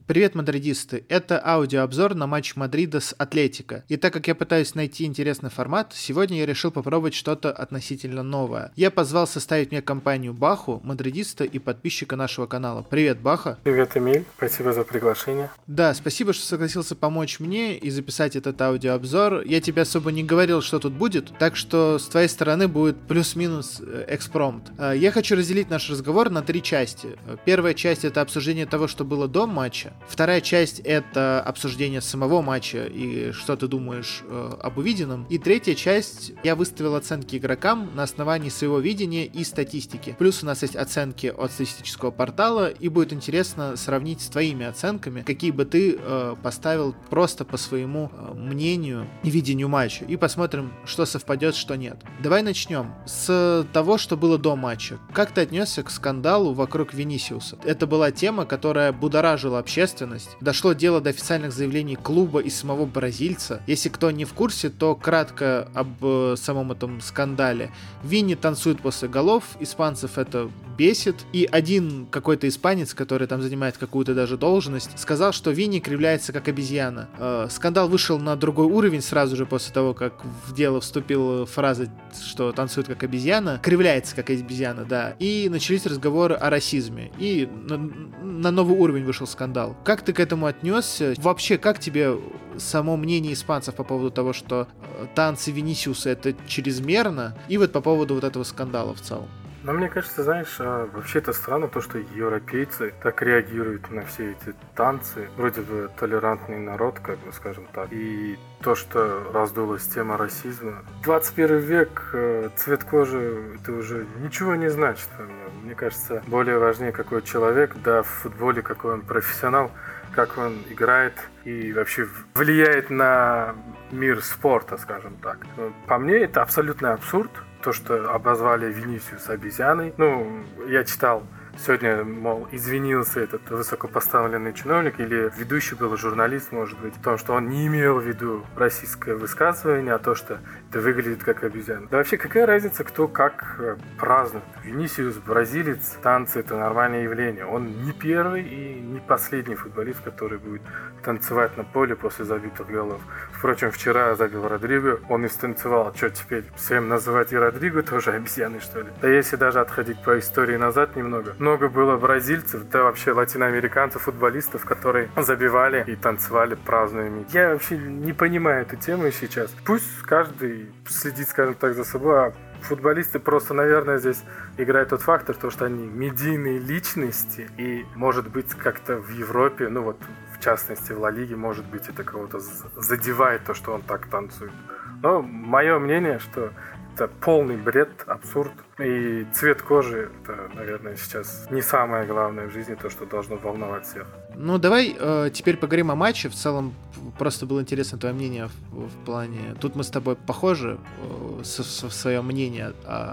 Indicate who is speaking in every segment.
Speaker 1: Привет, мадридисты! Это аудиообзор на матч Мадрида с Атлетико. И так как я пытаюсь найти интересный формат, сегодня я решил попробовать что-то относительно новое. Я позвал составить мне компанию Баху, мадридиста и подписчика нашего канала. Привет, Баха!
Speaker 2: Привет, Эмиль! Спасибо за приглашение.
Speaker 1: Да, спасибо, что согласился помочь мне и записать этот аудиообзор. Я тебе особо не говорил, что тут будет, так что с твоей стороны будет плюс-минус экспромт. Я хочу разделить наш разговор на 3 части. Первая часть — это обсуждение того, что было до матча. Вторая часть — это обсуждение самого матча и что ты думаешь об увиденном. И третья часть — я выставил оценки игрокам на основании своего видения и статистики. Плюс у нас есть оценки от статистического портала, и будет интересно сравнить с твоими оценками, какие бы ты поставил просто по своему мнению и видению матча. И посмотрим, что совпадет, что нет. Давай начнем с того, что было до матча. Как ты отнесся к скандалу вокруг Винисиуса? Это была тема, которая будоражила общественность. Дошло дело до официальных заявлений клуба и самого бразильца. Если кто не в курсе, то кратко об самом этом скандале. Винни танцует после голов, испанцев это бесит, и один какой-то испанец, который там занимает какую-то даже должность, сказал, что Винни кривляется как обезьяна. Скандал вышел на другой уровень сразу же после того, как в дело вступила фраза, что танцует как обезьяна, кривляется как обезьяна, да, и начались разговоры о расизме, и на новый уровень вышел скандал. Как ты к этому отнесся? Вообще, как тебе само мнение испанцев по поводу того, что танцы Винисиуса это чрезмерно, и вот по поводу вот этого скандала в целом?
Speaker 2: Но мне кажется, знаешь, вообще это странно, то, что европейцы так реагируют на все эти танцы. Вроде бы толерантный народ, как бы скажем так. И то, что раздулась тема расизма. 21 век, цвет кожи, это уже ничего не значит. Мне кажется, более важнее, какой человек, да, в футболе, какой он профессионал, как он играет и вообще влияет на мир спорта, скажем так. По мне, это абсолютный абсурд. То, что обозвали Винисиуса обезьяной. Я читал сегодня, мол, извинился этот высокопоставленный чиновник или ведущий был журналист, может быть, в том, что он не имел в виду российское высказывание, а то, что это выглядит как обезьяна. Да вообще, какая разница, кто как празднует? Винисиус, бразилец, танцы — это нормальное явление. Он не первый и не последний футболист, который будет танцевать на поле после забитых голов. Впрочем, вчера забил Родриго, он и станцевал. Что теперь, всем называть и Родриго тоже обезьяной, что ли? Да если даже отходить по истории назад немного, много было бразильцев, да вообще латиноамериканцев, футболистов, которые забивали и танцевали, празднуя мир. Я вообще не понимаю эту тему сейчас. Пусть каждый следит, скажем так, за собой, а футболисты просто, наверное, здесь играет тот фактор, то, что они медийные личности, и, может быть, как-то в Европе, в частности, в Ла Лиге, может быть, это кого-то задевает, то, что он так танцует. Но мое мнение, что это полный бред, абсурд. И цвет кожи — это, наверное, сейчас не самое главное в жизни, то, что должно волновать всех.
Speaker 1: Давай теперь поговорим о матче. В целом, просто было интересно твое мнение в плане... Тут мы с тобой похожи в своем мнении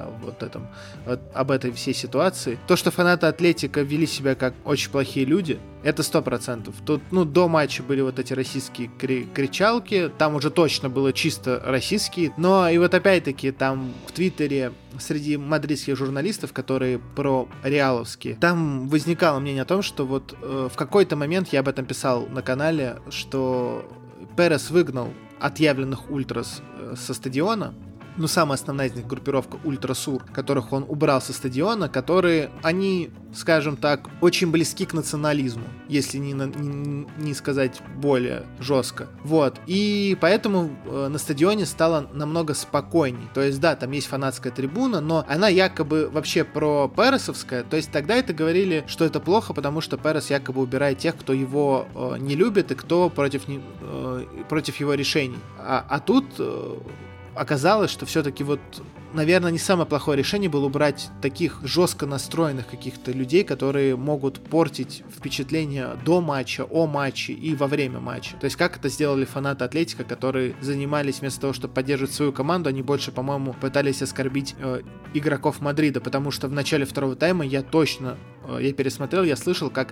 Speaker 1: об этой всей ситуации. То, что фанаты Атлетико вели себя как очень плохие люди, это 100%. Тут, до матча были вот эти российские кричалки, там уже точно было чисто российские, но и вот опять-таки там в Твиттере среди мадридских журналистов, которые про-реаловские, там возникало мнение о том, что вот в какой-то момент, я об этом писал на канале, что Перес выгнал отъявленных ультрас со стадиона. Самая основная из них группировка Ультрасур, которых он убрал со стадиона, которые, они, скажем так, очень близки к национализму, если не сказать более жестко. И поэтому на стадионе стало намного спокойней. То есть, да, там есть фанатская трибуна, но она якобы вообще про-пересовская. То есть тогда это говорили, что это плохо, потому что Перес якобы убирает тех, кто его не любит и кто против его решений. А тут... Оказалось, что все-таки наверное, не самое плохое решение было убрать таких жестко настроенных каких-то людей, которые могут портить впечатление до матча, о матче и во время матча. То есть, как это сделали фанаты Атлетико, которые занимались вместо того, чтобы поддерживать свою команду, они больше, по-моему, пытались оскорбить игроков Мадрида, потому что в начале второго тайма я пересмотрел, я слышал, как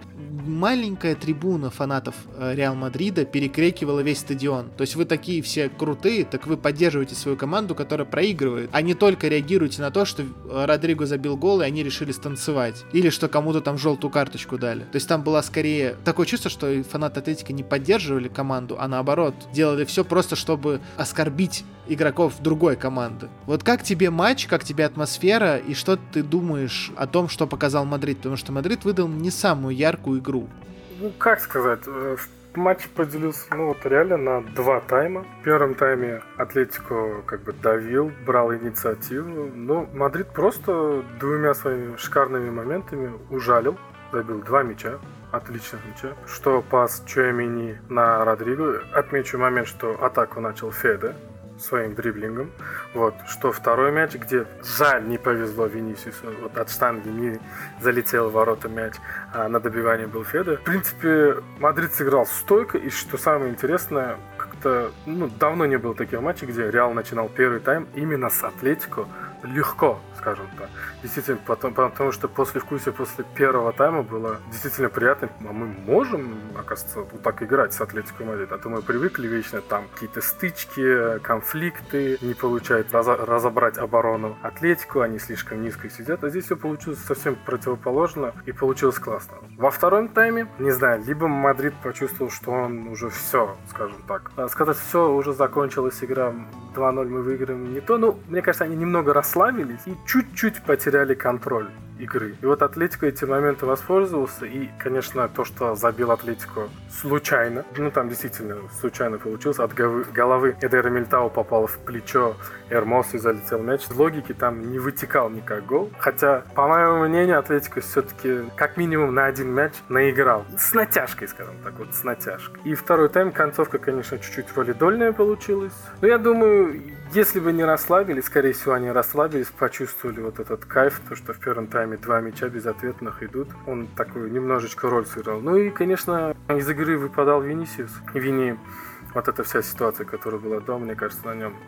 Speaker 1: маленькая трибуна фанатов Реал Мадрида перекрикивала весь стадион. То есть вы такие все крутые, так вы поддерживаете свою команду, которая проигрывает, а не только реагируете на то, что Родриго забил гол, и они решили станцевать. Или что кому-то там желтую карточку дали. То есть там было скорее такое чувство, что фанаты Атлетико не поддерживали команду, а наоборот, делали все просто, чтобы оскорбить игроков другой команды. Вот как тебе матч, как тебе атмосфера, и что ты думаешь о том, что показал Мадрид? Потому что Мадрид выдал не самую яркую игру.
Speaker 2: Ну, как сказать, матч поделился, реально на 2 тайма. В первом тайме Атлетико давил, брал инициативу, но Мадрид просто 2 своими шикарными моментами ужалил, забил 2 мяча. Отличных мяча. Что пас Чуамини на Родриго. Отмечу момент, что атаку начал Феде своим дриблингом. Что второй мяч, где жаль, не повезло Винисиусу. От штанги не залетел в ворота мяч, а на добивании был Феде. В принципе, Мадрид сыграл стойко, и что самое интересное, как-то давно не было таких матчей, где Реал начинал первый тайм именно с Атлетико легко, скажем так. Действительно, потому что послевкусие после первого тайма было действительно приятно. А мы можем, оказывается, вот так играть с Атлетико Мадрид. А то мы привыкли вечно там какие-то стычки, конфликты, не получают разобрать оборону Атлетико, они слишком низко сидят. А здесь все получилось совсем противоположно и получилось классно. Во втором тайме, не знаю, либо Мадрид почувствовал, что он уже все, скажем так. Сказать, все, уже закончилась игра, 2-0 мы выиграем, не то. Мне кажется, они немного расслабились и чуть-чуть потеряли контроль игры. И Атлетико эти моменты воспользовался. И, конечно, то, что забил Атлетико случайно. Там действительно случайно получилось. От головы Эдера Милитао попал в плечо Эрмосу и залетел мяч. С логики там не вытекал никак гол. Хотя, по моему мнению, Атлетико все-таки как минимум на 1 мяч наиграл. С натяжкой, скажем так, с натяжкой. И второй тайм, концовка, конечно, чуть-чуть валидольная получилась. Но я думаю, если бы не расслабились, скорее всего, они расслабились, почувствовали этот кайф, то, что в первом тайме 2 мяча безответных идут. Он такую немножечко роль сыграл. И, конечно, из игры выпадал Винисиус. Вини, эта вся ситуация, которая была до, мне кажется, на нем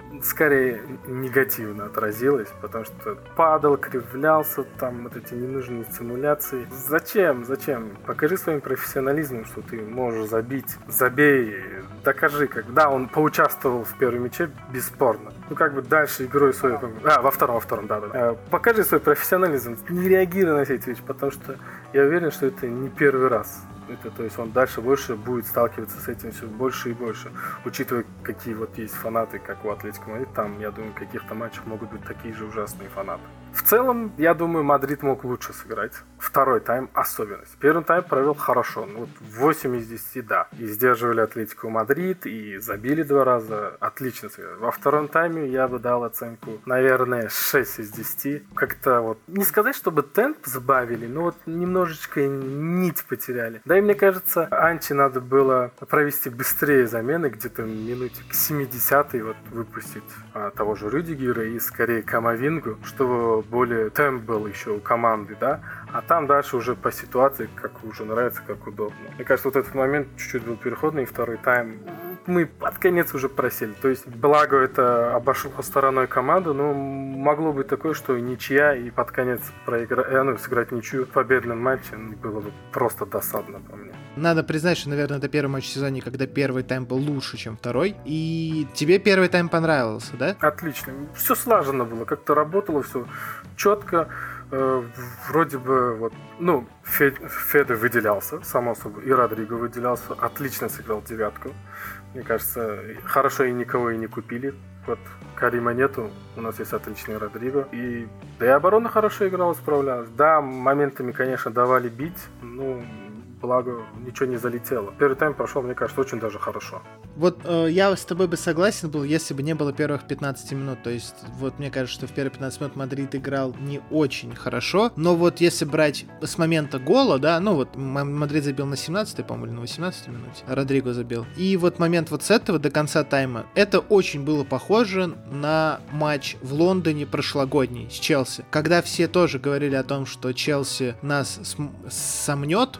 Speaker 2: скорее негативно отразилось, потому что падал, кривлялся, там эти ненужные стимуляции. Зачем? Покажи своим профессионализмом, что ты можешь забить. Забей, докажи, когда он поучаствовал в первом мяче, бесспорно. Дальше игрой свою... во втором, да. Покажи свой профессионализм, не реагируй на все эти вещи, потому что я уверен, что это не первый раз. То есть он дальше больше будет сталкиваться с этим все больше и больше. Учитывая, какие есть фанаты, как у Атлетико Мадрид, там, я думаю, в каких-то матчах могут быть такие же ужасные фанаты. В целом, я думаю, Мадрид мог лучше сыграть. Второй тайм особенность. Первый тайм провел хорошо. 8 из 10, да. И сдерживали Атлетико Мадрид, и забили 2 раза. Отлично сыграли. Во втором тайме я бы дал оценку, наверное, 6 из 10. Как-то не сказать, чтобы темп сбавили, но немножечко нить потеряли. Да и мне кажется, Анчи надо было провести быстрее замены, где-то минуте к 70-й выпустить того же Рюдигера и скорее Камавингу, чтобы более темп был еще у команды, да, а там дальше уже по ситуации, как уже нравится, как удобно. Мне кажется, этот момент чуть-чуть был переходный, и второй тайм мы под конец уже просели. То есть, благо это обошло стороной команду, но могло быть такое, что ничья, и под конец сыграть ничью в победном матче было бы просто досадно по мне.
Speaker 1: Надо признать, что, наверное, это первый матч в сезоне, когда первый тайм был лучше, чем второй. И тебе первый тайм понравился, да?
Speaker 2: Отлично. Все слаженно было, как-то работало все четко. Вроде бы Феде выделялся, само собой, и Родриго выделялся, отлично сыграл 9. Мне кажется, хорошо и никого и не купили. Карима нету, у нас есть отличный Родриго. И оборона хорошо играла, справлялась. Да, моментами, конечно, давали бить, благо ничего не залетело. Первый тайм прошел, мне кажется, очень даже хорошо.
Speaker 1: Я с тобой бы согласен был, если бы не было первых 15 минут. То есть, мне кажется, что в первые 15 минут Мадрид играл не очень хорошо. Но если брать с момента гола, да, Мадрид забил на 17-й, по-моему, или на 18-й минуте. Родриго забил. И момент с этого до конца тайма, это очень было похоже на матч в Лондоне прошлогодний с Челси. Когда все тоже говорили о том, что Челси нас сомнет, но при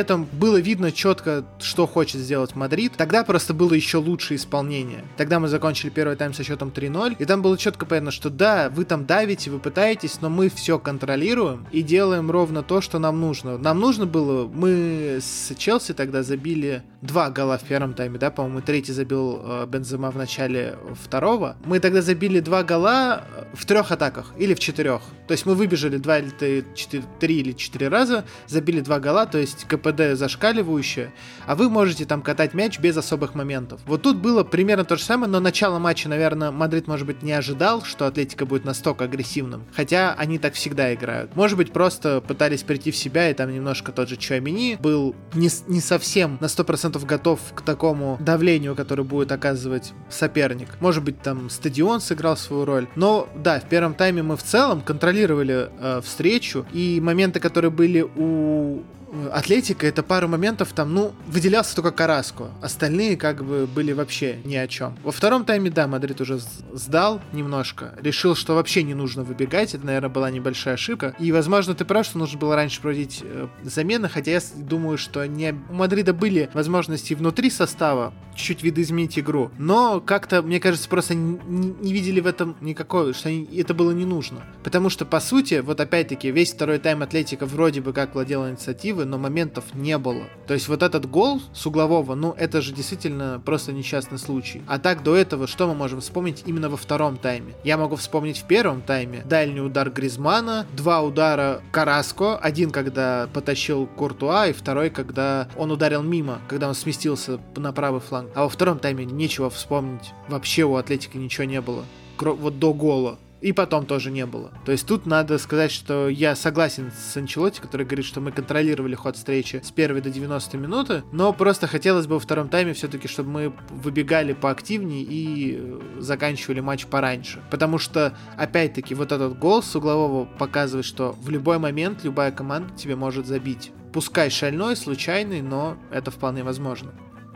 Speaker 1: этом было видно четко, что хочет сделать Мадрид. Тогда просто было еще лучше исполнение. Тогда мы закончили первый тайм со счетом 3-0, и там было четко понятно, что да, вы там давите, вы пытаетесь, но мы все контролируем и делаем ровно то, что нам нужно. Нам нужно было, мы с Челси тогда забили 2 гола в первом тайме, да, по-моему, третий забил Бензема в начале второго. Мы тогда забили 2 гола в 3 атаках или в 4. То есть мы выбежали 2 или 3 или 4 раза, забили 2 гола, то есть КПД зашкаливающее, а вы можете там катать мяч без особых моментов. Вот тут было примерно то же самое, но начало матча, наверное, Мадрид, может быть, не ожидал, что Атлетико будет настолько агрессивным, хотя они так всегда играют. Может быть, просто пытались прийти в себя, и там немножко тот же Чуамени был не совсем на 100% готов к такому давлению, которое будет оказывать соперник. Может быть, там стадион сыграл свою роль, но да, в первом тайме мы в целом контролировали встречу, и моменты, которые были у Атлетика, это пару моментов там, выделялся только Караско. Остальные как бы были вообще ни о чем. Во втором тайме, да, Мадрид уже сдал немножко. Решил, что вообще не нужно выбегать. Это, наверное, была небольшая ошибка. И, возможно, ты прав, что нужно было раньше проводить замены, хотя я думаю, что у Мадрида были возможности внутри состава чуть-чуть видоизменить игру. Но как-то, мне кажется, просто не видели в этом никакого, что это было не нужно. Потому что, по сути, вот опять-таки, весь второй тайм Атлетика вроде бы как владела инициативой, но моментов не было. То есть вот этот гол с углового, это же действительно просто несчастный случай. А так до этого, что мы можем вспомнить именно во втором тайме? Я могу вспомнить в первом тайме дальний удар Гризмана, 2 удара Караско, один, когда потащил Куртуа, и второй, когда он ударил мимо, когда он сместился на правый фланг. А во втором тайме нечего вспомнить. Вообще у Атлетики ничего не было. Вот до гола. И потом тоже не было. То есть тут надо сказать, что я согласен с Анчелотти, который говорит, что мы контролировали ход встречи с 1 до 90 минуты, но просто хотелось бы во втором тайме все-таки, чтобы мы выбегали поактивнее и заканчивали матч пораньше. Потому что, опять-таки, вот этот гол с углового показывает, что в любой момент любая команда тебе может забить. Пускай шальной, случайный, но это вполне возможно.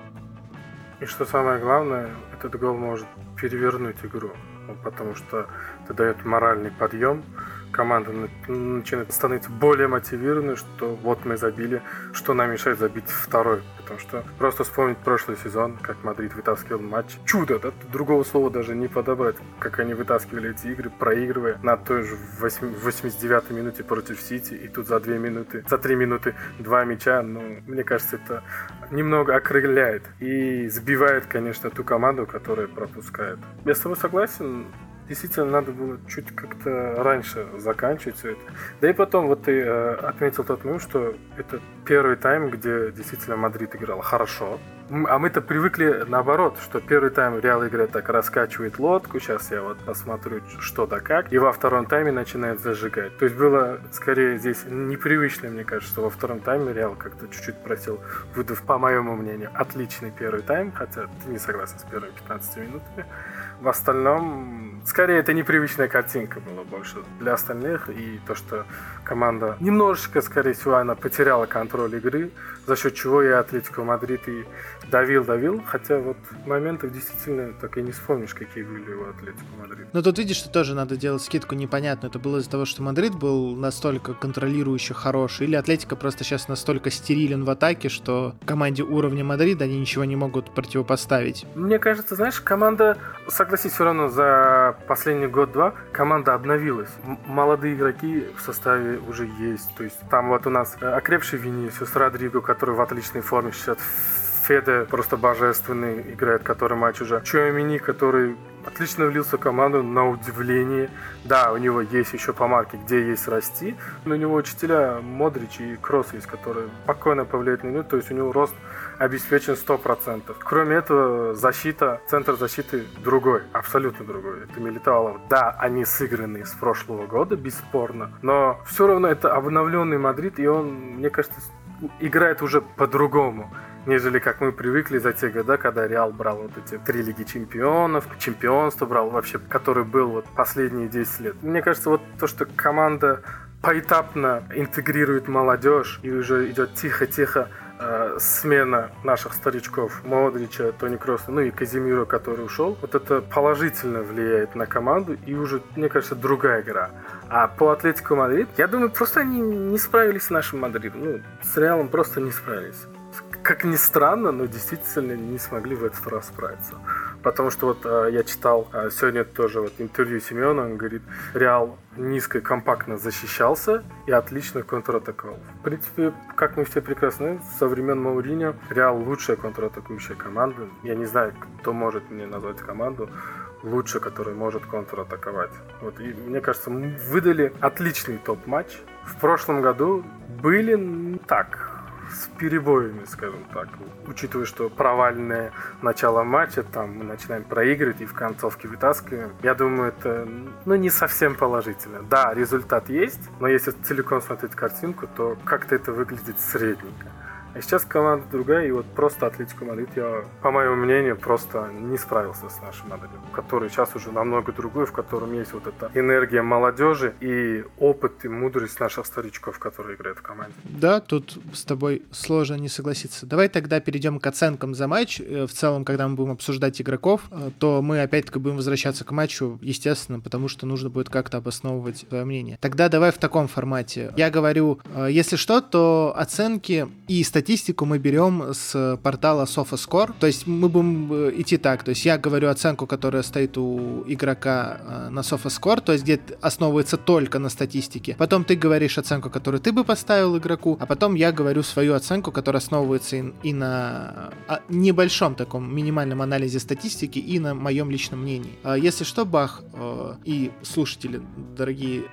Speaker 2: И что самое главное, этот гол может перевернуть игру. Потому что это дает моральный подъем, команда начинает становиться более мотивированной, что вот мы забили, что нам мешает забить второй. Потому что просто вспомнить прошлый сезон, как Мадрид вытаскивал матч. Чудо, да? Другого слова даже не подобрать. Как они вытаскивали эти игры, проигрывая на той же 89-й минуте против Сити, и тут за 3 минуты 2 мяча. Мне кажется, это немного окрыляет и сбивает, конечно, ту команду, которая пропускает. Я с тобой согласен. Действительно, надо было чуть как-то раньше заканчивать все это. Да и потом, вот ты отметил тот момент, что это первый тайм, где действительно Мадрид играл хорошо. А мы-то привыкли наоборот, что первый тайм Реал играет так, раскачивает лодку, сейчас я вот посмотрю что да как, и во втором тайме начинает зажигать. То есть было скорее здесь непривычно, мне кажется, что во втором тайме Реал как-то чуть-чуть просил, выдав, по моему мнению, отличный первый тайм, хотя ты не согласен с первыми 15 минутами. В остальном, скорее, это непривычная картинка была больше для остальных, и то, что команда немножечко, скорее всего, она потеряла контроль игры, за счет чего и Атлетико Мадрид и давил, хотя вот моментов действительно так и не вспомнишь, какие были у Атлетико Мадрид.
Speaker 1: Но тут видишь, что тоже надо делать скидку непонятную. Это было из-за того, что Мадрид был настолько контролирующий, хороший, или Атлетико просто сейчас настолько стерилен в атаке, что команде уровня Мадрида они ничего не могут противопоставить.
Speaker 2: Мне кажется, знаешь, команда, согласись, все равно за последний год-два команда обновилась. Молодые игроки в составе уже есть. То есть там вот у нас окрепший Винисиус, Родриго, который в отличной форме сейчас, Феде просто божественный играет, который матч уже. Чуамени, который отлично влился в команду, на удивление. Да, у него есть еще помарки, где есть расти, но у него учителя Модрич и Кросс есть, которые спокойно повлияют на него, то есть у него рост обеспечен 100%. Кроме этого, защита, центр защиты другой, абсолютно другой. Это Милитао. Да, они сыграны с прошлого года, бесспорно, но все равно это обновленный Мадрид, и он, мне кажется, играет уже по-другому, нежели как мы привыкли за те года, когда Реал брал вот эти 3 Лиги Чемпионов, чемпионство брал вообще, который был вот последние 10 лет. Мне кажется, вот то, что команда поэтапно интегрирует молодежь и уже идет тихо-тихо смена наших старичков Модрича, Тони Кросса, и Казимиро, который ушел, вот это положительно влияет на команду, и уже, мне кажется, другая игра. А по Атлетико Мадрид, я думаю, просто они не справились с нашим Мадридом. Ну, с Реалом просто не справились. Как ни странно, но действительно не смогли в этот раз справиться. Потому что вот я читал сегодня тоже вот интервью Симеона, он говорит, Реал низко и компактно защищался и отлично контратаковал. В принципе, как мы все прекрасно знаем, со времен Мауриньо Реал лучшая контратакующая команда. Я не знаю, кто может мне назвать команду лучше, которая может контратаковать. Вот, и мне кажется, мы выдали отличный топ-матч. В прошлом году были так, с перебоями, скажем так. Учитывая, что провальное начало матча, там мы начинаем проигрывать и в концовке вытаскиваем. Я думаю, это не совсем положительно. Да, результат есть, но если целиком смотреть картинку, то как-то это выглядит средненько. А сейчас команда другая, и вот просто Атлетико Мадрид, я, по моему мнению, просто не справился с нашим Мадридом, который сейчас уже намного другой, в котором есть вот эта энергия молодежи и опыт и мудрость наших старичков, которые играют в команде.
Speaker 1: Да, тут с тобой сложно не согласиться. Давай тогда перейдем к оценкам за матч. В целом, когда мы будем обсуждать игроков, то мы опять-таки будем возвращаться к матчу, естественно, потому что нужно будет как-то обосновывать свое мнение. Тогда давай в таком формате. Я говорю, если что, то оценки и статистику мы берем с портала SofaScore, то есть мы будем идти так, то есть я говорю оценку, которая стоит у игрока на SofaScore, то есть где основывается только на статистике, потом ты говоришь оценку, которую ты бы поставил игроку, а потом я говорю свою оценку, которая основывается и на небольшом таком минимальном анализе статистики, и на моем личном мнении. Если что, Бах и слушатели, дорогие,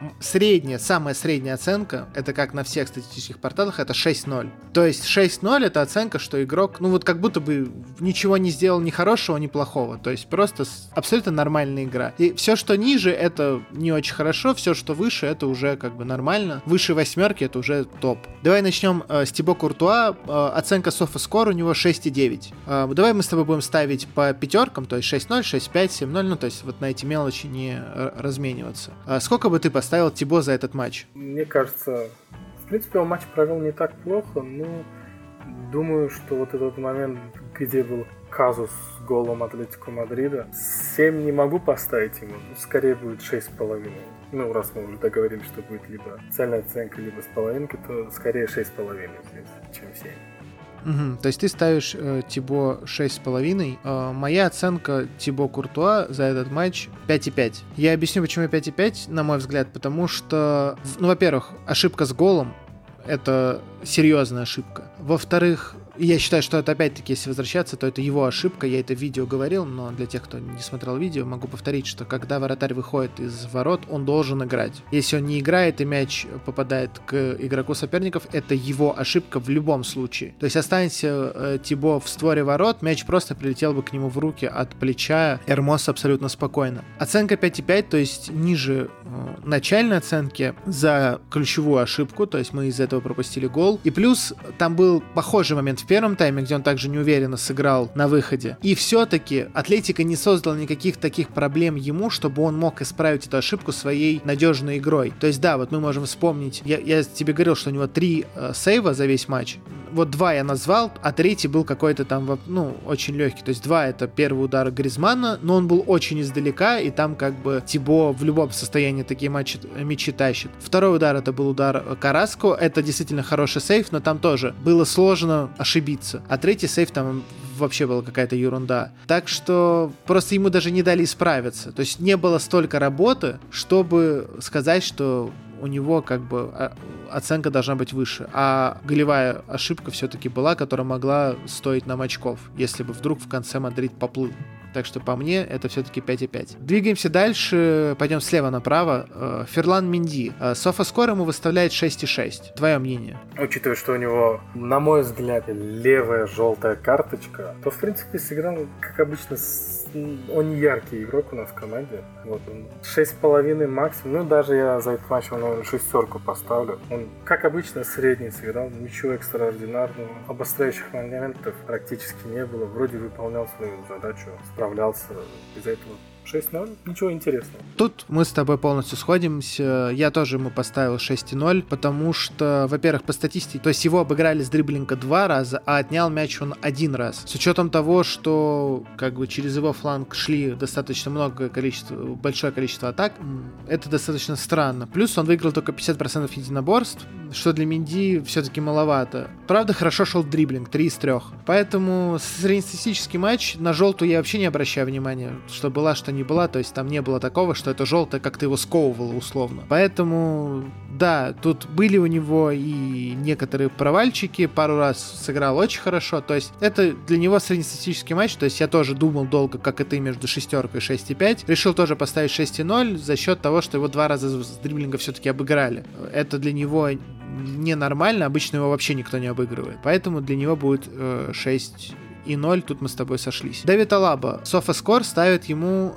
Speaker 1: самая средняя оценка, это как на всех статистических порталах, это 6.0, то есть 6-0 это оценка, что игрок, вот как будто бы ничего не сделал ни хорошего, ни плохого. То есть просто абсолютно нормальная игра. И все, что ниже, это не очень хорошо, все, что выше, это уже как бы нормально. Выше 8 это уже топ. Давай начнем с Тибо Куртуа. Оценка SofaScore у него 6,9. Давай мы с тобой будем ставить по пятеркам, то есть 6-0, 6-5, 7-0, то есть вот на эти мелочи не размениваться. Сколько бы ты поставил Тибо за этот матч?
Speaker 2: Мне кажется, в принципе, он матч провел не так плохо, но думаю, что вот этот момент, где был казус с голом Атлетико Мадрида, 7 не могу поставить ему, скорее будет 6,5. Раз мы уже договорились, что будет либо цельная оценка, либо с половинкой, то скорее 6,5 здесь, чем 7.
Speaker 1: То есть ты ставишь Тибо 6,5. Моя оценка Тибо Куртуа за этот матч 5,5. Я объясню, почему 5,5, на мой взгляд, потому что, во-первых, ошибка с голом — это серьезная ошибка. Во-вторых, я считаю, что это опять-таки, если возвращаться, то это его ошибка. Я это в видео говорил, но для тех, кто не смотрел видео, могу повторить, что когда вратарь выходит из ворот, он должен играть. Если он не играет и мяч попадает к игроку соперников, это его ошибка в любом случае. То есть останься Тибо в створе ворот, мяч просто прилетел бы к нему в руки от плеча Эрмоса абсолютно спокойно. Оценка 5,5, то есть ниже начальной оценки за ключевую ошибку, то есть мы из-за этого пропустили гол. И плюс там был похожий момент в первом тайме, где он также неуверенно сыграл на выходе. И все-таки Атлетико не создал никаких таких проблем ему, чтобы он мог исправить эту ошибку своей надежной игрой. То есть да, вот мы можем вспомнить, я тебе говорил, что у него 3 сейва за весь матч. Вот 2 я назвал, а 3 был какой-то там, очень легкий. То есть 2 это первый удар Гризманна, но он был очень издалека, и там как бы Тибо в любом состоянии такие мячи тащит. Второй удар это был удар Караско, это действительно хороший сейв, но там тоже было сложно ошибиться. А 3 сейв там вообще была какая-то ерунда. Так что просто ему даже не дали исправиться. То есть не было столько работы, чтобы сказать, что у него как бы оценка должна быть выше. А голевая ошибка все-таки была, которая могла стоить нам очков, если бы вдруг в конце Мадрид поплыл. Так что по мне это все-таки 5,5. Двигаемся дальше, пойдем слева направо. Ферлан Менди. SofaScore ему выставляет 6,6. Твое мнение?
Speaker 2: Учитывая, что у него, на мой взгляд, левая желтая карточка, то в принципе сыграл, как обычно, он не яркий игрок у нас в команде. Вот он 6,5 максимум. Даже я за этот матч наверное, 6 поставлю. Он, как обычно, средний сыграл. Ничего экстраординарного. Обостряющих моментов практически не было. Вроде выполнял свою задачу, справлялся. Из-за этого 6-0, ничего интересного.
Speaker 1: Тут мы с тобой полностью сходимся. Я тоже ему поставил 6,0, потому что, во-первых, по статистике, то есть его обыграли с дриблинга 2 раза, а отнял мяч он 1 раз. С учетом того, что как бы через его фланг шли достаточно большое количество атак, это достаточно странно. Плюс он выиграл только 50% единоборств, что для Менди все-таки маловато. Правда, хорошо шел дриблинг, 3 из 3. Поэтому среднестатистический матч, на желтую я вообще не обращаю внимания, что была, что не была, то есть там не было такого, что это желтое как-то его сковывало условно. Поэтому, да, тут были у него и некоторые провальчики, пару раз сыграл очень хорошо, то есть это для него среднестатистический матч, то есть я тоже думал долго, как и ты, между 6 и 6,5, решил тоже поставить 6,0 за счет того, что его 2 раза с дриблинга все-таки обыграли. Это для него ненормально, обычно его вообще никто не обыгрывает, поэтому для него будет 6,0, тут мы с тобой сошлись. Дэвид Алаба, SofaScore ставит ему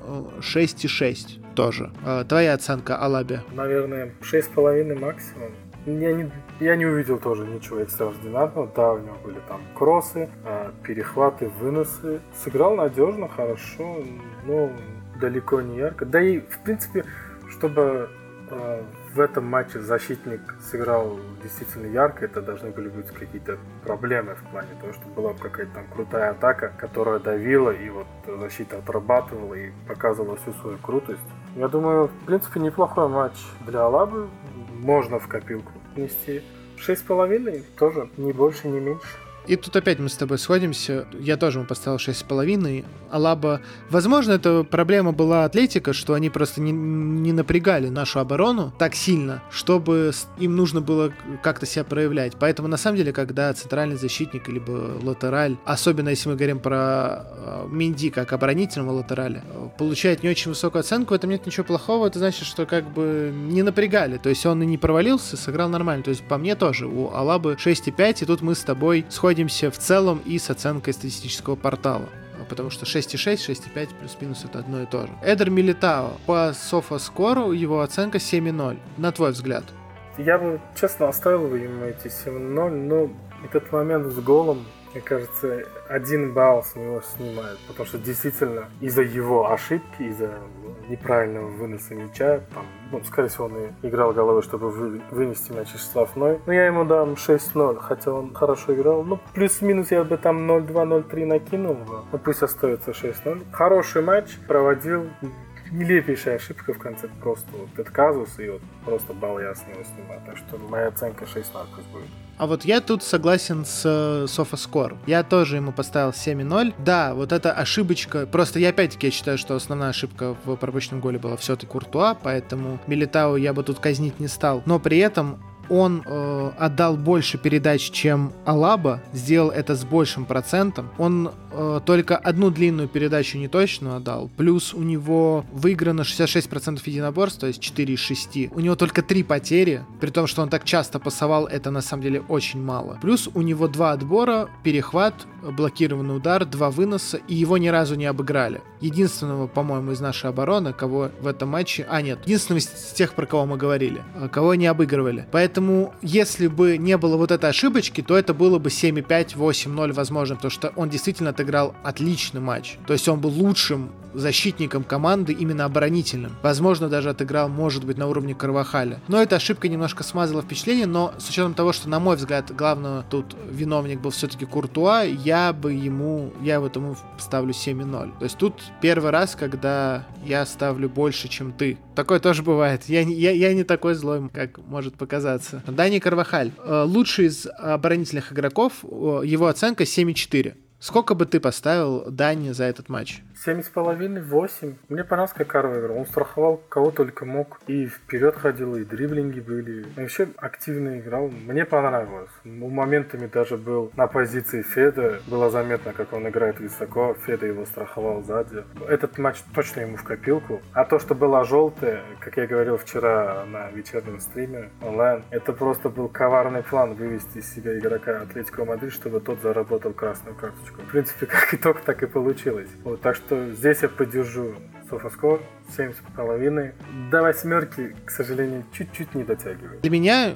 Speaker 1: 6,6 тоже. Твоя оценка Алабе?
Speaker 2: Наверное, 6,5 максимум. Я не увидел тоже ничего экстраординарного. Да, у него были там кроссы, перехваты, выносы. Сыграл надежно, хорошо, но далеко не ярко. Да и, в принципе, чтобы в этом матче защитник сыграл действительно ярко, это должны были быть какие-то проблемы в плане того, что была какая-то там крутая атака, которая давила, и вот защита отрабатывала и показывала всю свою крутость. Я думаю, в принципе, неплохой матч для Алабы. Можно в копилку внести. 6,5 тоже, ни больше, ни меньше.
Speaker 1: И тут опять мы с тобой сходимся. Я тоже ему поставил 6,5. Алаба... Возможно, это проблема была Атлетико, что они просто не напрягали нашу оборону так сильно, чтобы им нужно было как-то себя проявлять. Поэтому, на самом деле, когда центральный защитник либо латераль, особенно если мы говорим про Менди как оборонительного латераля, получает не очень высокую оценку, в этом нет ничего плохого. Это значит, что как бы не напрягали. То есть он и не провалился, сыграл нормально. То есть по мне тоже у Алабы 6,5, и тут мы с тобой сходимся в целом и с оценкой статистического портала. Потому что 6,6, 6,5 плюс-минус это одно и то же. Эдер Милитао. По SofaScore его оценка 7,0. На твой взгляд?
Speaker 2: Я бы, честно, оставил бы ему эти 7,0, но этот момент с голом, мне кажется, 1 балл с него снимают. Потому что действительно из-за его ошибки, из-за неправильного выноса мяча, там, скорее всего, он и играл головой, чтобы вынести мяч из штрафной. Но я ему дам 6-0, хотя он хорошо играл. Плюс-минус я бы там 0-2, 0-3 накинул. Пусть остается 6-0. Хороший матч проводил. Нелепейшая ошибка в конце, просто вот этот казус, и вот просто балл я с него снимаю. Так что моя оценка 6-0 пусть будет.
Speaker 1: А вот я тут согласен с SofaScore. Я тоже ему поставил 7,0. Да, вот эта ошибочка... Просто я опять-таки считаю, что основная ошибка в пропущенном голе была все-таки Куртуа, поэтому Милитао я бы тут казнить не стал. Но при этом он отдал больше передач, чем Алаба, сделал это с большим процентом. Он только одну длинную передачу неточную отдал, плюс у него выиграно 66% единоборств, то есть 4 из 6. У него только 3 потери, при том, что он так часто пасовал, это на самом деле очень мало. Плюс у него 2 отбора, перехват, блокированный удар, 2 выноса, и его ни разу не обыграли. Единственного, по-моему, из нашей обороны, кого в этом матче... единственного из тех, про кого мы говорили, кого не обыгрывали. Поэтому, если бы не было вот этой ошибочки, то это было бы 7,5, 8-0 возможно, потому что он действительно отыграл отличный матч. То есть он был лучшим защитником команды, именно оборонительным. Возможно, даже отыграл, может быть, на уровне Карвахаля. Но эта ошибка немножко смазала впечатление, но с учетом того, что, на мой взгляд, главный тут виновник был все-таки Куртуа, я вот ему ставлю 7,0. То есть тут первый раз, когда я ставлю больше, чем ты. Такое тоже бывает. Я не такой злой, как может показаться. Дани Карвахаль. Лучший из оборонительных игроков, его оценка 7,4. Сколько бы ты поставил Дани за этот матч?
Speaker 2: 7,5, 8. Мне понравилось, как Карва играл. Он страховал кого только мог. И вперед ходил, и дриблинги были. И вообще активно играл. Мне понравилось. Моментами даже был на позиции Феда. Было заметно, как он играет высоко. Феда его страховал сзади. Этот матч точно ему в копилку. А то, что была желтая, как я говорил вчера на вечернем стриме онлайн, это просто был коварный план вывести из себя игрока Атлетико Мадрид, чтобы тот заработал красную карточку. В принципе, как итог, так и получилось. Так что здесь я поддержу SofaScore 7,5. До 8, к сожалению, чуть-чуть не дотягивает.
Speaker 1: Для меня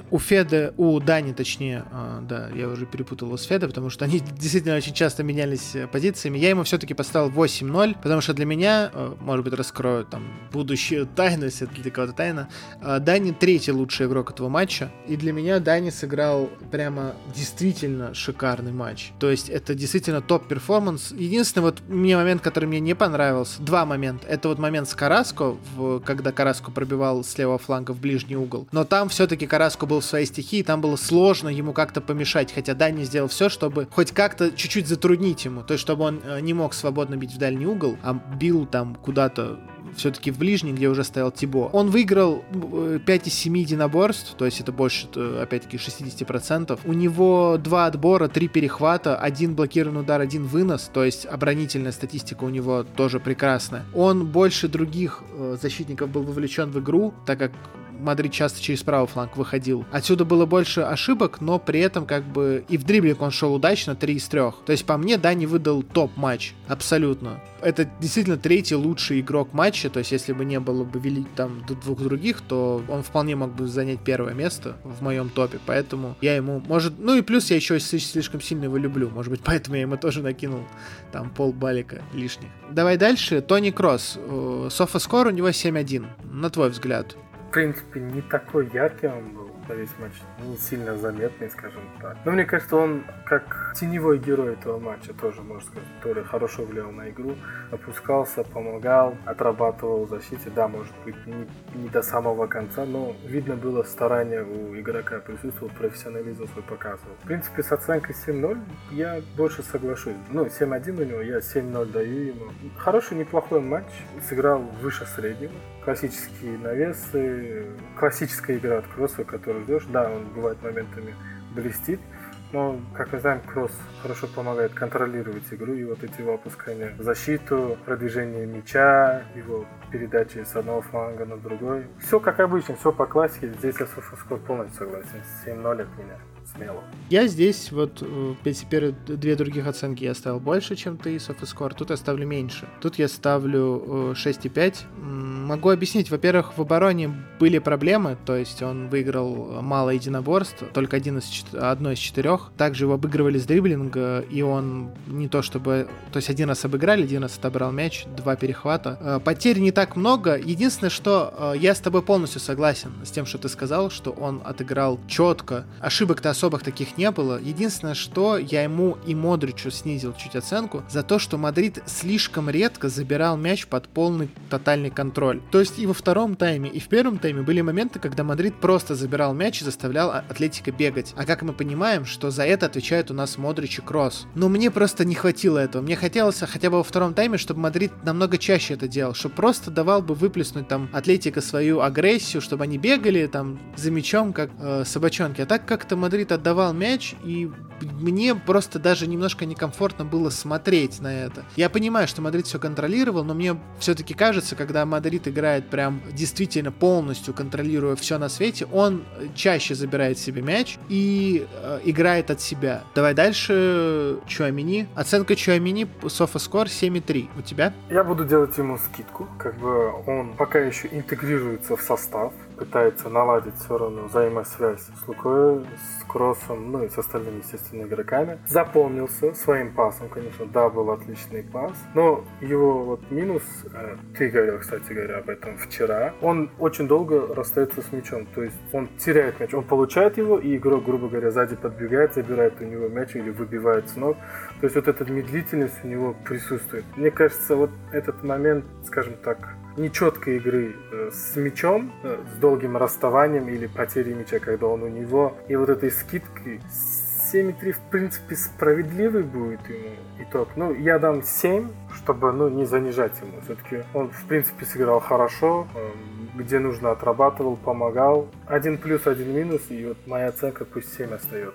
Speaker 1: у Дани, точнее, да, я уже перепутал его с Федой, потому что они действительно очень часто менялись позициями. Я ему все-таки поставил 8-0, потому что для меня, может быть, раскрою там будущую тайну, если это для кого-то тайна, Дани третий лучший игрок этого матча, и для меня Дани сыграл прямо действительно шикарный матч. То есть это действительно топ-перформанс. Единственный вот мне момент, который мне не понравился, два момента. Это вот момент с Караско, когда Караско пробивал с левого фланга в ближний угол. Но там все-таки Караско был в своей стихии, там было сложно ему как-то помешать, хотя Дани сделал все, чтобы хоть как-то чуть-чуть затруднить ему, то есть чтобы он не мог свободно бить в дальний угол, а бил там куда-то все-таки в ближний, где уже стоял Тибо. Он выиграл 5 из 7 единоборств, то есть это больше, опять-таки, 60%. У него 2 отбора, 3 перехвата, 1 блокированный удар, 1 вынос, то есть оборонительная статистика у него тоже прекрасная. Он больше других защитников был вовлечен в игру, так как Мадрид часто через правый фланг выходил. Отсюда было больше ошибок, но при этом как бы и в дриблинг он шел удачно, 3 из 3. То есть по мне Дани выдал топ-матч, абсолютно. Это действительно третий лучший игрок матча, то есть если бы не было бы там двух других, то он вполне мог бы занять первое место в моем топе, поэтому я ему, может, ну и плюс я еще слишком сильно его люблю, может быть, поэтому я ему тоже накинул там полбалика лишних. Давай дальше, Тони Кросс, софаскор у него 7-1, на твой взгляд?
Speaker 2: В принципе, не такой яркий он был на весь матч, не сильно заметный, скажем так. Но мне кажется, он как теневой герой этого матча тоже, можно сказать, который хорошо влиял на игру, опускался, помогал, отрабатывал в защите. Да, может быть, не до самого конца, но видно было старание у игрока, присутствовал, профессионализм свой показывал. В принципе, с оценкой 7-0 я больше соглашусь. Ну, 7-1 у него, я 7-0 даю ему. Хороший, неплохой матч, сыграл выше среднего. Классические навесы, классическая игра от Кросса, которую ждешь. Да, он бывает моментами блестит, но, как мы знаем, Кросс хорошо помогает контролировать игру, и вот эти его опускания в защиту, продвижение мяча, его передачи с одного фланга на другой. Все как обычно, все по классике. Здесь я с софаскор полностью согласен. 7-0 от меня. Смело.
Speaker 1: Я здесь вот теперь две других оценки я ставил больше, чем ты, софаскор. Тут я ставлю меньше. Тут я ставлю 6,5. Могу объяснить. Во-первых, в обороне были проблемы, то есть он выиграл мало единоборств, только одно из 4. Также его обыгрывали с дриблинга, и он не то чтобы... То есть один раз обыграли, один раз отобрал мяч, 2 перехвата. Потерь не так много. Единственное, что я с тобой полностью согласен с тем, что ты сказал, что он отыграл четко. Ошибок-то особых таких не было. Единственное, что я ему и Модричу снизил чуть оценку за то, что Мадрид слишком редко забирал мяч под полный тотальный контроль. То есть и во втором тайме, и в первом тайме были моменты, когда Мадрид просто забирал мяч и заставлял Атлетико бегать. А как мы понимаем, что за это отвечает у нас Модрич и Кросс. Но мне просто не хватило этого. Мне хотелось хотя бы во втором тайме, чтобы Мадрид намного чаще это делал, чтобы просто давал бы выплеснуть там Атлетико свою агрессию, чтобы они бегали там за мячом, как собачонки. А так как-то Мадрид отдавал мяч, и мне просто даже немножко некомфортно было смотреть на это. Я понимаю, что Мадрид все контролировал, но мне все-таки кажется, когда Мадрид играет прям действительно полностью контролируя все на свете, он чаще забирает себе мяч и играет от себя. Давай дальше. Чуамени. Оценка Чуамени софаскор 7,3. У тебя?
Speaker 2: Я буду делать ему скидку. Как бы он пока еще интегрируется в состав, пытается наладить все равно взаимосвязь с Лукой, с Кроссом, ну и с остальными, естественно, игроками. Запомнился своим пасом, конечно, да, был отличный пас, но его вот минус, ты говорил, кстати говоря, об этом вчера, он очень долго расстается с мячом, то есть он теряет мяч, он получает его, и игрок, грубо говоря, сзади подбегает, забирает у него мяч или выбивает с ног, то есть вот эта медлительность у него присутствует. Мне кажется, вот этот момент, скажем так, нечеткой игры с мячом, с долгим расставанием или потерей мяча, когда он у него, и вот этой скидкой 7,3 в принципе справедливый будет ему итог. Ну, я дам 7, чтобы не занижать ему. Все-таки он в принципе сыграл хорошо, где нужно отрабатывал, помогал. 1 плюс, 1 минус, и вот моя оценка пусть 7 остается у него.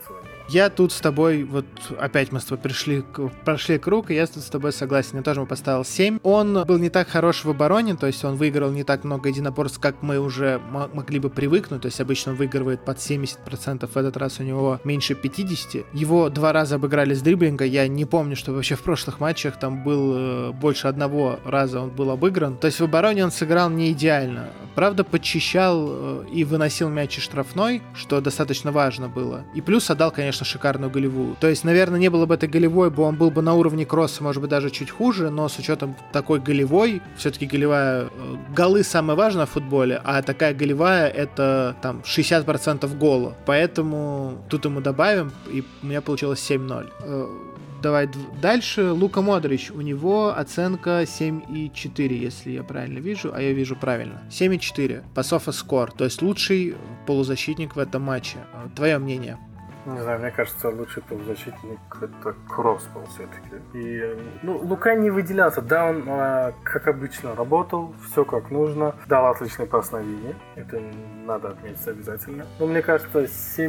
Speaker 1: Я тут с тобой, вот опять мы с тобой прошли круг, и я тут с тобой согласен. Я тоже ему поставил 7. Он был не так хорош в обороне, то есть он выиграл не так много единоборств, как мы уже могли бы привыкнуть. То есть обычно он выигрывает под 70%, в этот раз у него меньше 50%. Его 2 раза обыграли с дриблинга. Я не помню, что вообще в прошлых матчах там был больше 1 раза он был обыгран. То есть в обороне он сыграл не идеально. Правда, подчищал и выносил мяч из штрафной, что достаточно важно было. И плюс отдал, конечно, шикарную голевую. То есть, наверное, не было бы этой голевой, он был бы на уровне кросса, может быть, даже чуть хуже, но с учетом такой голевой, все-таки голевая... Голы самое важное в футболе, а такая голевая — это там 60% гола. Поэтому тут ему добавим, и у меня получилось 7-0. Давай дальше. Лука Модрич. У него оценка 7,4, если я правильно вижу. А я вижу правильно. 7,4 по SofaScore. То есть лучший полузащитник в этом матче. Твое мнение?
Speaker 2: Не знаю, мне кажется, лучший полузащитник это Кросс был все-таки. И, Лука не выделялся. Да, он, как обычно, работал, все как нужно, дал отличные пас на линии. Это надо отметить обязательно. Но мне кажется,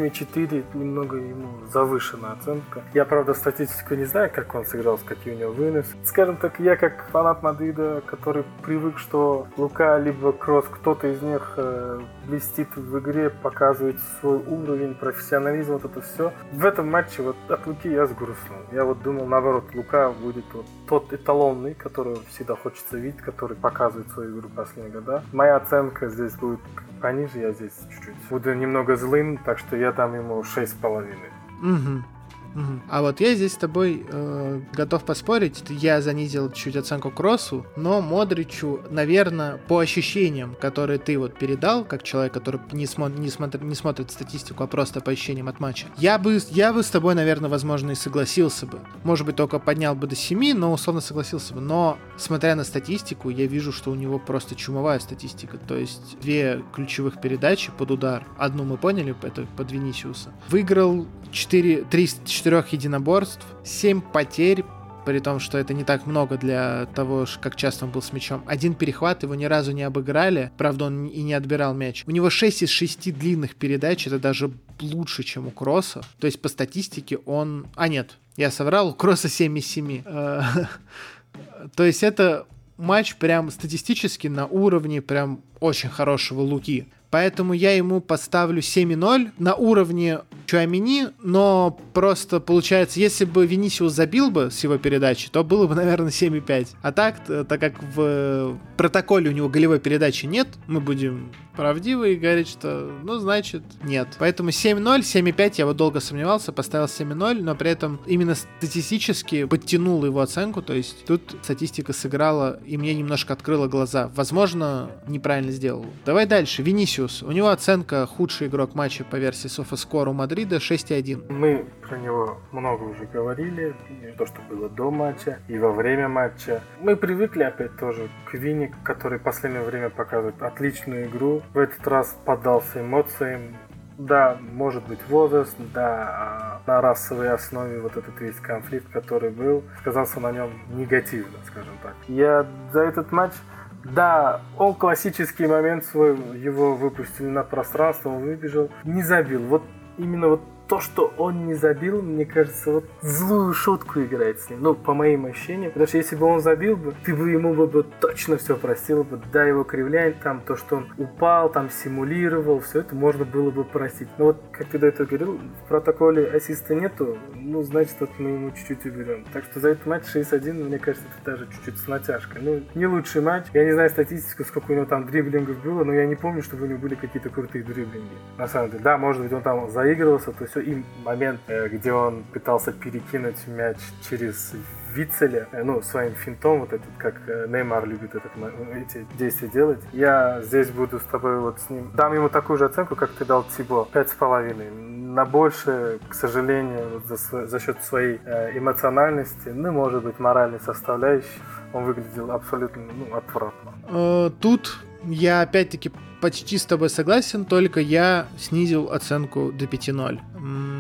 Speaker 2: 7,4 немного ему завышенная оценка. Я, правда, статистику не знаю, как он сыграл, какие у него выносы. Скажем так, я как фанат Мадрида, который привык, что Лука либо Кросс, кто-то из них блестит в игре, показывает свой уровень, профессионализм, вот это все. В этом матче вот от Луки я сгрустнул. Я вот думал, наоборот, Лука будет вот тот эталонный, которого всегда хочется видеть, который показывает свою игру последние года. Моя оценка здесь будет пониже, я здесь чуть-чуть буду немного злым, так что я дам ему 6,5.
Speaker 1: Угу. А вот я здесь с тобой готов поспорить. Я занизил чуть оценку Кроссу, но Модричу, наверное, по ощущениям, которые ты вот передал, как человек, который не смотрит статистику, а просто по ощущениям от матча, я бы с тобой, наверное, возможно, и согласился бы. Может быть, только поднял бы до 7, но условно согласился бы. Но, смотря на статистику, я вижу, что у него просто чумовая статистика. То есть 2 ключевых передачи под удар. Одну мы поняли, это под Винисиуса. Выиграл 3 из 4 единоборств, 7 потерь, при том, что это не так много для того, как часто он был с мячом. 1 перехват, его ни разу не обыграли, правда, он и не отбирал мяч. У него 6 из 6 длинных передач, это даже лучше, чем у Кросса. То есть по статистике он... нет, я соврал, у Кросса 7 из 7. То есть это матч прям статистически на уровне прям очень хорошего Луки. Поэтому я ему поставлю 7,0 на уровне Чуамени, но просто получается, если бы Винисиус забил бы с его передачи, то было бы, наверное, 7,5. А так как в протоколе у него голевой передачи нет, мы будем правдивы и говорить, что, значит, нет. Поэтому 7,0, 7,5, я вот долго сомневался, поставил 7,0, но при этом именно статистически подтянул его оценку, то есть тут статистика сыграла и мне немножко открыла глаза. Возможно, неправильно сделал. Давай дальше. Винисиус. У него оценка худший игрок матча по версии SofaScore у Мадрида 6,1.
Speaker 2: Мы про него много уже говорили, и то, что было до матча, и во время матча. Мы привыкли опять тоже к Вини, который в последнее время показывает отличную игру. В этот раз поддался эмоциям. Да, может быть возраст, да, на расовой основе вот этот весь конфликт, который был, сказался на нем негативно, скажем так. Я за этот матч... Да, он классический момент свой, его выпустили на пространство, он выбежал, не забил. Вот именно вот то, что он не забил, мне кажется, вот злую шутку играет с ним. По моим ощущениям. Потому что если бы он забил бы, ты бы ему бы точно все простил бы. Да, его кривляет там, то, что он упал, там симулировал, все это можно было бы простить. Но вот, как ты до этого говорил, в протоколе ассиста нету, значит, вот мы ему чуть-чуть уберем. Так что за этот матч 6-1, мне кажется, это даже чуть-чуть с натяжкой. Не лучший матч. Я не знаю статистику, сколько у него там дриблингов было, но я не помню, чтобы у него были какие-то крутые дриблинги. На самом деле, да, может быть, он там заигрывался, то все. И момент, где он пытался перекинуть мяч через Вицеля, своим финтом, вот этот, как Неймар любит эти действия делать. Я здесь буду с тобой вот с ним. Дам ему такую же оценку, как ты дал Тибо, 5,5. На больше, к сожалению, за счет своей эмоциональности, может быть, моральной составляющей, он выглядел абсолютно отвратно.
Speaker 1: Тут я опять-таки почти с тобой согласен, только я снизил оценку до 5,0.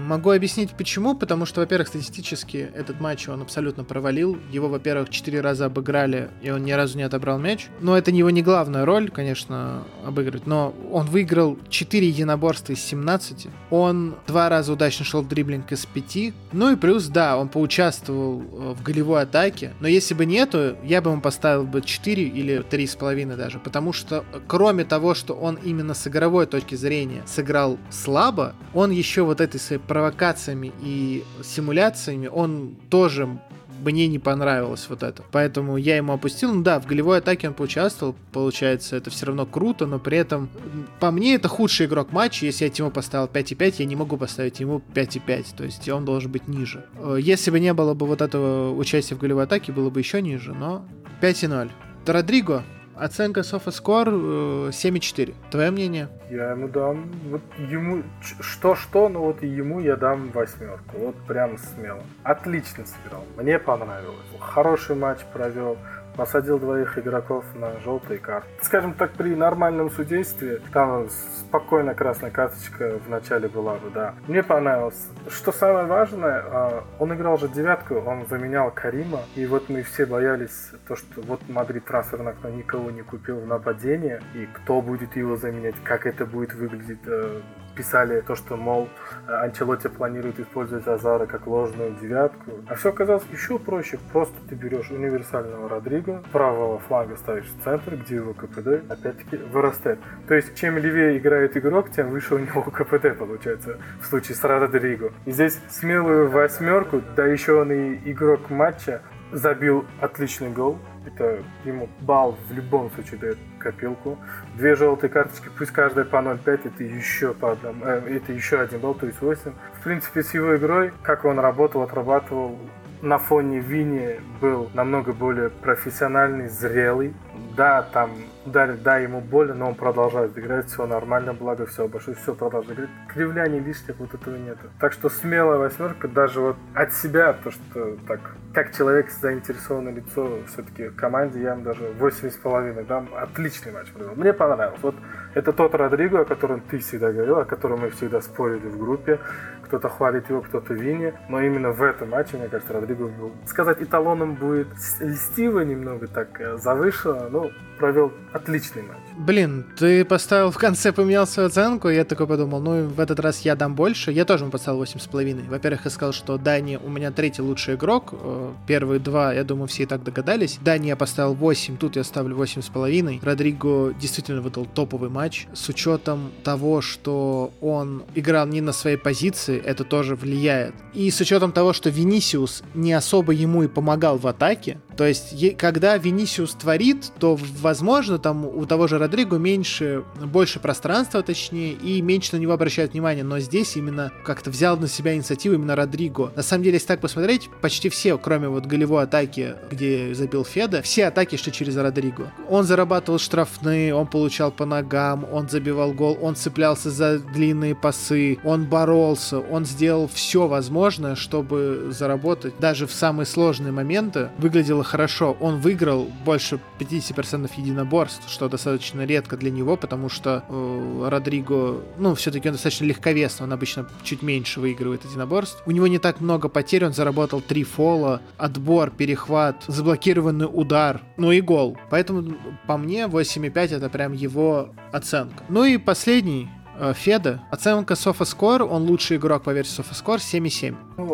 Speaker 1: Могу объяснить почему, потому что, во-первых, статистически этот матч он абсолютно провалил. Его, во-первых, 4 раза обыграли, и он ни разу не отобрал мяч. Но это его не главная роль, конечно, обыгрывать, но он выиграл 4 единоборства из 17. Он 2 раза удачно шел в дриблинг из 5. Ну и плюс, да, он поучаствовал в голевой атаке. Но если бы нету, я бы ему поставил бы 4 или 3,5 даже. Потому что, кроме того, что он именно с игровой точки зрения сыграл слабо, он еще вот этой своей провокациями и симуляциями, он тоже мне не понравилось вот это. Поэтому я ему опустил. Ну да, в голевой атаке он поучаствовал. Получается, это все равно круто, но при этом по мне это худший игрок матча. Если я Тиму поставил 5,5, я не могу поставить ему 5,5. То есть он должен быть ниже. Если бы не было бы вот этого участия в голевой атаке, было бы еще ниже, но 5,0. Родриго. Оценка SofaScore 7,4. Твое мнение?
Speaker 2: Я ему дам, вот ему, что-что, но вот и ему я дам 8. Вот прям смело. Отлично сыграл, мне понравилось. Хороший матч провел. Посадил 2 игроков на желтые карты. Скажем так, при нормальном судействе, там спокойно красная карточка в начале была бы, да. Мне понравилось. Что самое важное, он играл же 9, он заменял Карима. И вот мы все боялись, то, что вот Мадрид трансферное окно никого не купил в нападение. И кто будет его заменять, как это будет выглядеть. Писали то, что, мол, Анчелотти планирует использовать Азара как ложную 9. А все оказалось еще проще. Просто ты берешь универсального Родриго, правого фланга ставишь в центр, где его КПД, опять-таки, вырастает. То есть, чем левее играет игрок, тем выше у него КПД получается в случае с Родриго. И здесь смелую 8, да еще он и игрок матча, забил отличный гол. Это ему балл в любом случае дает копилку. 2 желтые карточки, пусть каждая по 0,5, это еще по одному, это еще 1 балл, то есть 8. В принципе, с его игрой, как он работал, отрабатывал, на фоне Вини был намного более профессиональный, зрелый. Да, там ударили, да, ему больно, но он продолжает играть, все нормально, благо все обошлось, все продолжает играть. Кривляний лишних, вот этого нет. Так что смелая 8, даже вот от себя, то что так, как человек заинтересованное лицо, все-таки команде я ему даже 8,5 дам. Отличный матч провел. Мне понравилось. Вот это тот Родриго, о котором ты всегда говорил, о котором мы всегда спорили в группе. Кто-то хвалит его, кто-то Вини. Но именно в этом матче, мне кажется, Родриго был, сказать, эталоном будет льстиво немного, так завышено, но провел отличный матч.
Speaker 1: Блин, ты поставил в конце, поменял свою оценку, я такой подумал, ну в этот раз я дам больше. Я тоже ему поставил 8,5. Во-первых, я сказал, что Дани у меня 3-й лучший игрок. Первые 2, я думаю, все и так догадались. Дани я поставил 8, тут я ставлю 8,5. Родриго действительно выдал топовый матч. С учетом того, что он играл не на своей позиции, это тоже влияет. И с учетом того, что Винисиус не особо ему и помогал в атаке, то есть когда Винисиус творит, то возможно там у того же Родриго больше пространства, точнее, и меньше на него обращают внимание, но здесь именно как-то взял на себя инициативу именно Родриго. На самом деле, если так посмотреть, почти все, кроме вот голевой атаки, где забил Феда, все атаки шли через Родриго. Он зарабатывал штрафные, он получал по ногам, он забивал гол, он цеплялся за длинные пасы, он боролся, он сделал все возможное, чтобы заработать. Даже в самые сложные моменты выглядело хорошо. Он выиграл больше 50% единоборств, что достаточно редко для него, потому что Родриго, все-таки он достаточно легковесный, он обычно чуть меньше выигрывает единоборств. У него не так много потерь, он заработал 3 фола, отбор, перехват, заблокированный удар, и гол. Поэтому по мне 8,5 это прям его оценка. Ну и последний, Феда. Оценка SofaScore, он лучший игрок по версии SofaScore, 7,7.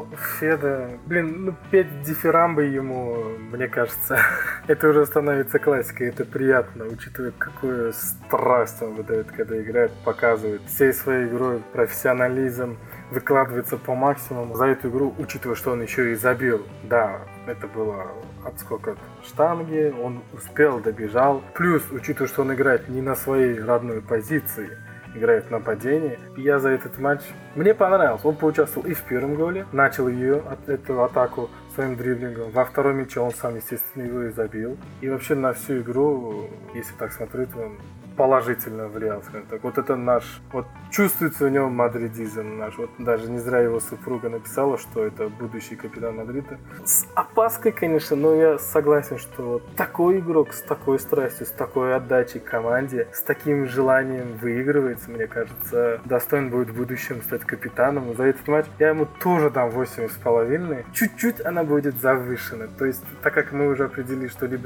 Speaker 2: Феда, петь дифирамбы ему, мне кажется, это уже становится классикой, это приятно, учитывая, какую страсть он выдает, когда играет, показывает всей своей игрой профессионализм, выкладывается по максимуму. За эту игру, учитывая, что он еще и забил, да, это было отскок от штанги, он успел, добежал. Плюс, учитывая, что он играет не на своей родной позиции, играет в нападении. И я за этот матч... Мне понравилось. Он поучаствовал и в первом голе, начал эту атаку своим дриблингом. Во втором мяче он сам, естественно, его и забил. И вообще на всю игру, если так смотреть, он положительно влиял, скажем так. Вот это наш, вот чувствуется в нем мадридизм наш. Вот даже не зря его супруга написала, что это будущий капитан Мадрида. С опаской, конечно, но я согласен, что вот такой игрок с такой страстью, с такой отдачей команде, с таким желанием выигрывается, мне кажется, достоин будет в будущем стать капитаном. И за этот матч я ему тоже дам 8,5. Чуть-чуть она будет завышена. То есть, так как мы уже определили, что либо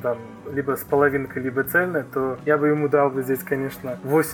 Speaker 2: с половинкой, либо цельная, то я бы ему дал бы здесь, конечно,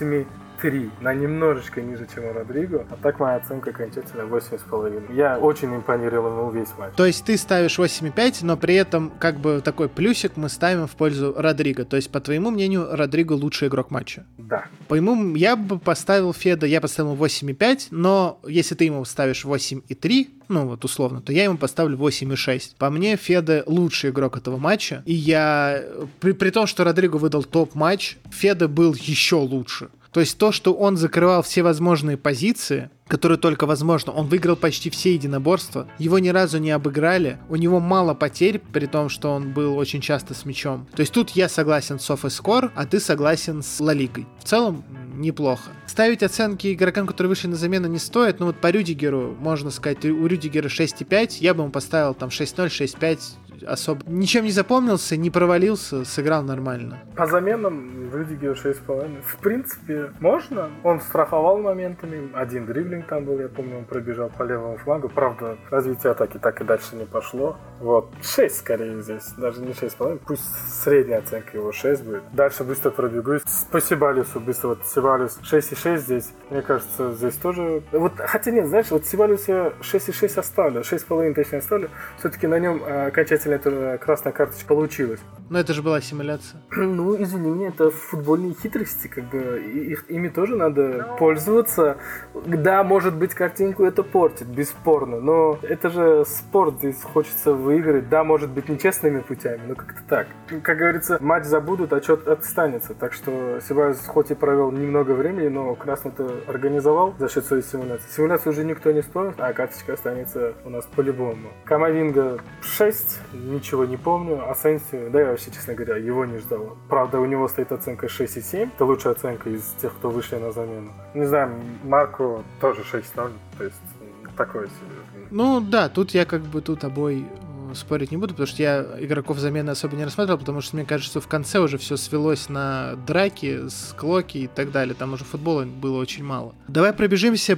Speaker 2: 8,3, на немножечко ниже, чем у Родриго. А так моя оценка окончательно 8,5. Я очень импонировал ему весь матч.
Speaker 1: То есть ты ставишь 8,5, но при этом как бы такой плюсик мы ставим в пользу Родриго. То есть, по твоему мнению, Родриго лучший игрок матча?
Speaker 2: Да.
Speaker 1: По моему, я бы поставил Феда, я поставил 8,5, но если ты ему ставишь 8,3, ну вот условно, то я ему поставлю 8,6. По мне, Феда лучший игрок этого матча, и я, при том, что Родриго выдал топ-матч, Феда был еще лучше. То есть то, что он закрывал все возможные позиции, которые только возможно, он выиграл почти все единоборства, его ни разу не обыграли, у него мало потерь, при том, что он был очень часто с мячом. То есть тут я согласен с SofaScore, а ты согласен с Ла Лигой. В целом, неплохо. Ставить оценки игрокам, которые вышли на замену, не стоит, но вот по Рюдигеру, можно сказать, у Рюдигера 6,5, я бы ему поставил там 6,0, 6,5, особо ничем не запомнился, не провалился, сыграл нормально.
Speaker 2: По заменам Рюдигер 6,5. В принципе, можно. Он страховал моментами. Один дриблинг там был, я помню, он пробежал по левому флангу. Правда, развитие атаки так и дальше не пошло. Вот, 6 скорее здесь. Даже не 6,5. Пусть средняя оценка его 6 будет. Дальше быстро пробегу. По Себалиусу быстро. Вот Себалиус 6,6 здесь. Мне кажется, здесь тоже... Вот, хотя нет, знаешь, вот Себалиус я 6,6 оставлю. 6,5 точнее оставлю. Все-таки на нем окончательно эта красная карточка получилась.
Speaker 1: Но это же была симуляция.
Speaker 2: Ну, извини меня, это футбольные хитрости, как бы, ими тоже надо пользоваться. Да, может быть, картинку это портит, бесспорно, но это же спорт, здесь хочется выиграть. Да, может быть, нечестными путями, но как-то так. Как говорится, матч забудут, отчет останется. Так что Себайос хоть и провел немного времени, но красно-то организовал за счет своей симуляции. Симуляцию уже никто не вспомнит, а карточка останется у нас по-любому. Камавинга 6, ничего не помню. Асенсио, да, я вообще, честно говоря, его не ждал. Правда, у него стоит оценка 6,7. Это лучшая оценка из тех, кто вышли на замену. Не знаю, Марко тоже 6,0. То есть, такое себе.
Speaker 1: Ну да, тут я как бы обои спорить не буду, потому что я игроков замены особо не рассматривал, потому что мне кажется, в конце уже все свелось на драки, склоки и так далее. Там уже футбола было очень мало. Давай пробежимся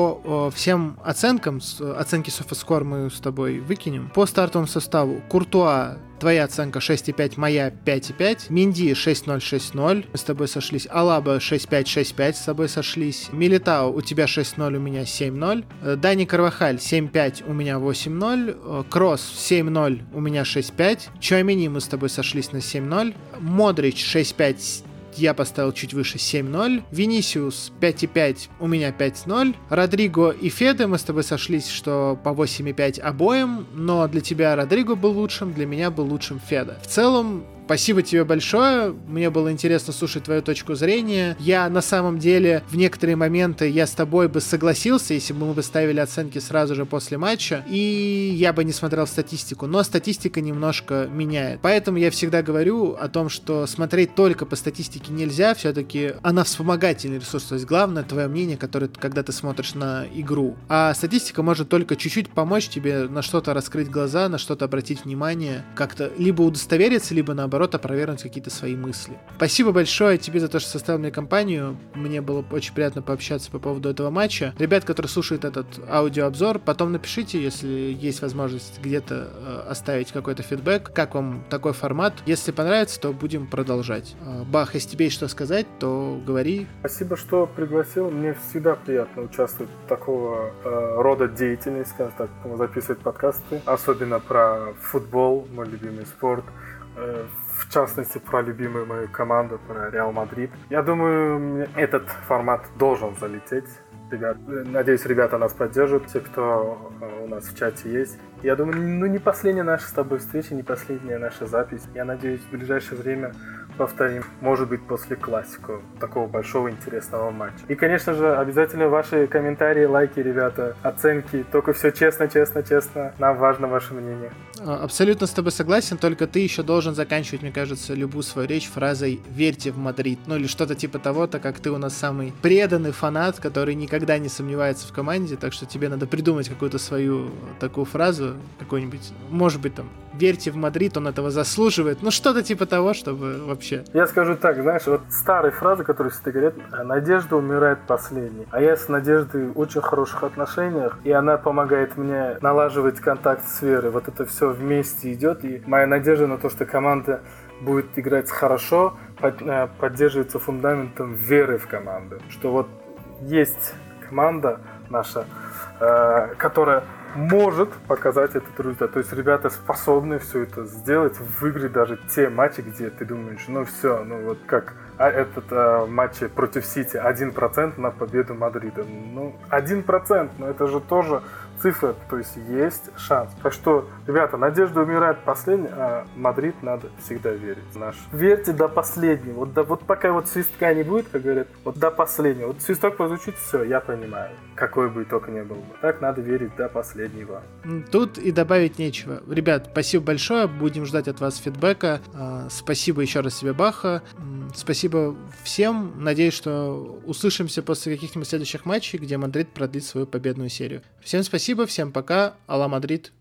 Speaker 1: по всем оценкам. Оценки SofaScore мы с тобой выкинем. По стартовому составу. Куртуа, твоя оценка 6,5, моя 5,5. Минди 6,0, 6,0. Мы с тобой сошлись. Алаба 6,5, 6,5 с тобой сошлись. Милитао, у тебя 6,0, у меня 7,0. Дани Карвахаль 7,5, у меня 8,0. Кросс 7,0, у меня 6,5. Чуамини мы с тобой сошлись на 7,0. Модрич 6,5, я поставил чуть выше 7-0. Винисиус 5,5, у меня 5-0. Родриго и Феде мы с тобой сошлись, что по 8,5 обоим, но для тебя Родриго был лучшим, для меня был лучшим Феде. В целом, спасибо тебе большое, мне было интересно слушать твою точку зрения. Я на самом деле в некоторые моменты я с тобой бы согласился, если бы мы бы ставили оценки сразу же после матча, и я бы не смотрел статистику, но статистика немножко меняет. Поэтому я всегда говорю о том, что смотреть только по статистике нельзя, все-таки она вспомогательный ресурс, то есть главное твое мнение, которое, когда ты смотришь на игру. А статистика может только чуть-чуть помочь тебе на что-то раскрыть глаза, на что-то обратить внимание, как-то либо удостовериться, либо наоборот опровергнуть какие-то свои мысли. Спасибо большое тебе за то, что составил мне компанию. Мне было очень приятно пообщаться по поводу этого матча. Ребят, которые слушают этот аудиообзор, потом напишите, если есть возможность где-то оставить какой-то фидбэк, как вам такой формат. Если понравится, то будем продолжать. Бах, если тебе есть что сказать, то говори.
Speaker 2: Спасибо, что пригласил. Мне всегда приятно участвовать в такого рода деятельности, скажем так, записывать подкасты, особенно про футбол, мой любимый спорт. В частности, про любимую мою команду, про Реал Мадрид. Я думаю, этот формат должен залететь. Надеюсь, ребята нас поддержат, те, кто у нас в чате есть. Я думаю, не последняя наша с тобой встреча, не последняя наша запись. Я надеюсь, в ближайшее время повторим, может быть, после классику, такого большого интересного матча. И, конечно же, обязательно ваши комментарии, лайки, ребята, оценки, только все честно, честно, честно, нам важно ваше мнение.
Speaker 1: Абсолютно с тобой согласен, только ты еще должен заканчивать, мне кажется, любую свою речь фразой «верьте в Мадрид», ну или что-то типа того, так как ты у нас самый преданный фанат, который никогда не сомневается в команде, так что тебе надо придумать какую-то свою такую фразу, какую-нибудь, может быть, там, «верьте в Мадрид, он этого заслуживает», ну что-то типа того, чтобы вообще...
Speaker 2: Я скажу так, знаешь, вот старые фразы, которые всегда говорят, надежда умирает последней. А я с Надеждой в очень хороших отношениях, и она помогает мне налаживать контакт с Верой. Вот это все вместе идет, и моя надежда на то, что команда будет играть хорошо, поддерживается фундаментом веры в команду. Что вот есть команда наша, которая может показать этот результат. То есть ребята способны все это сделать, выиграть даже те матчи, где ты думаешь, ну все, ну вот как этот матч против Сити, 1% на победу Мадрида. Ну, 1%, но это же тоже цифра, то есть есть шанс. Так что, ребята, надежда умирает последней, а Мадрид надо всегда верить. Верьте до последнего. Вот пока вот свистка не будет, как говорят, вот до последнего. Вот свисток прозвучит, все, я понимаю, какой бы итог ни был. Так надо верить до последнего.
Speaker 1: Тут и добавить нечего. Ребят, спасибо большое, будем ждать от вас фидбэка. Спасибо еще раз тебе, Баха. Спасибо всем. Надеюсь, что услышимся после каких-нибудь следующих матчей, где Мадрид продлит свою победную серию. Всем спасибо, всем пока. Алла Мадрид.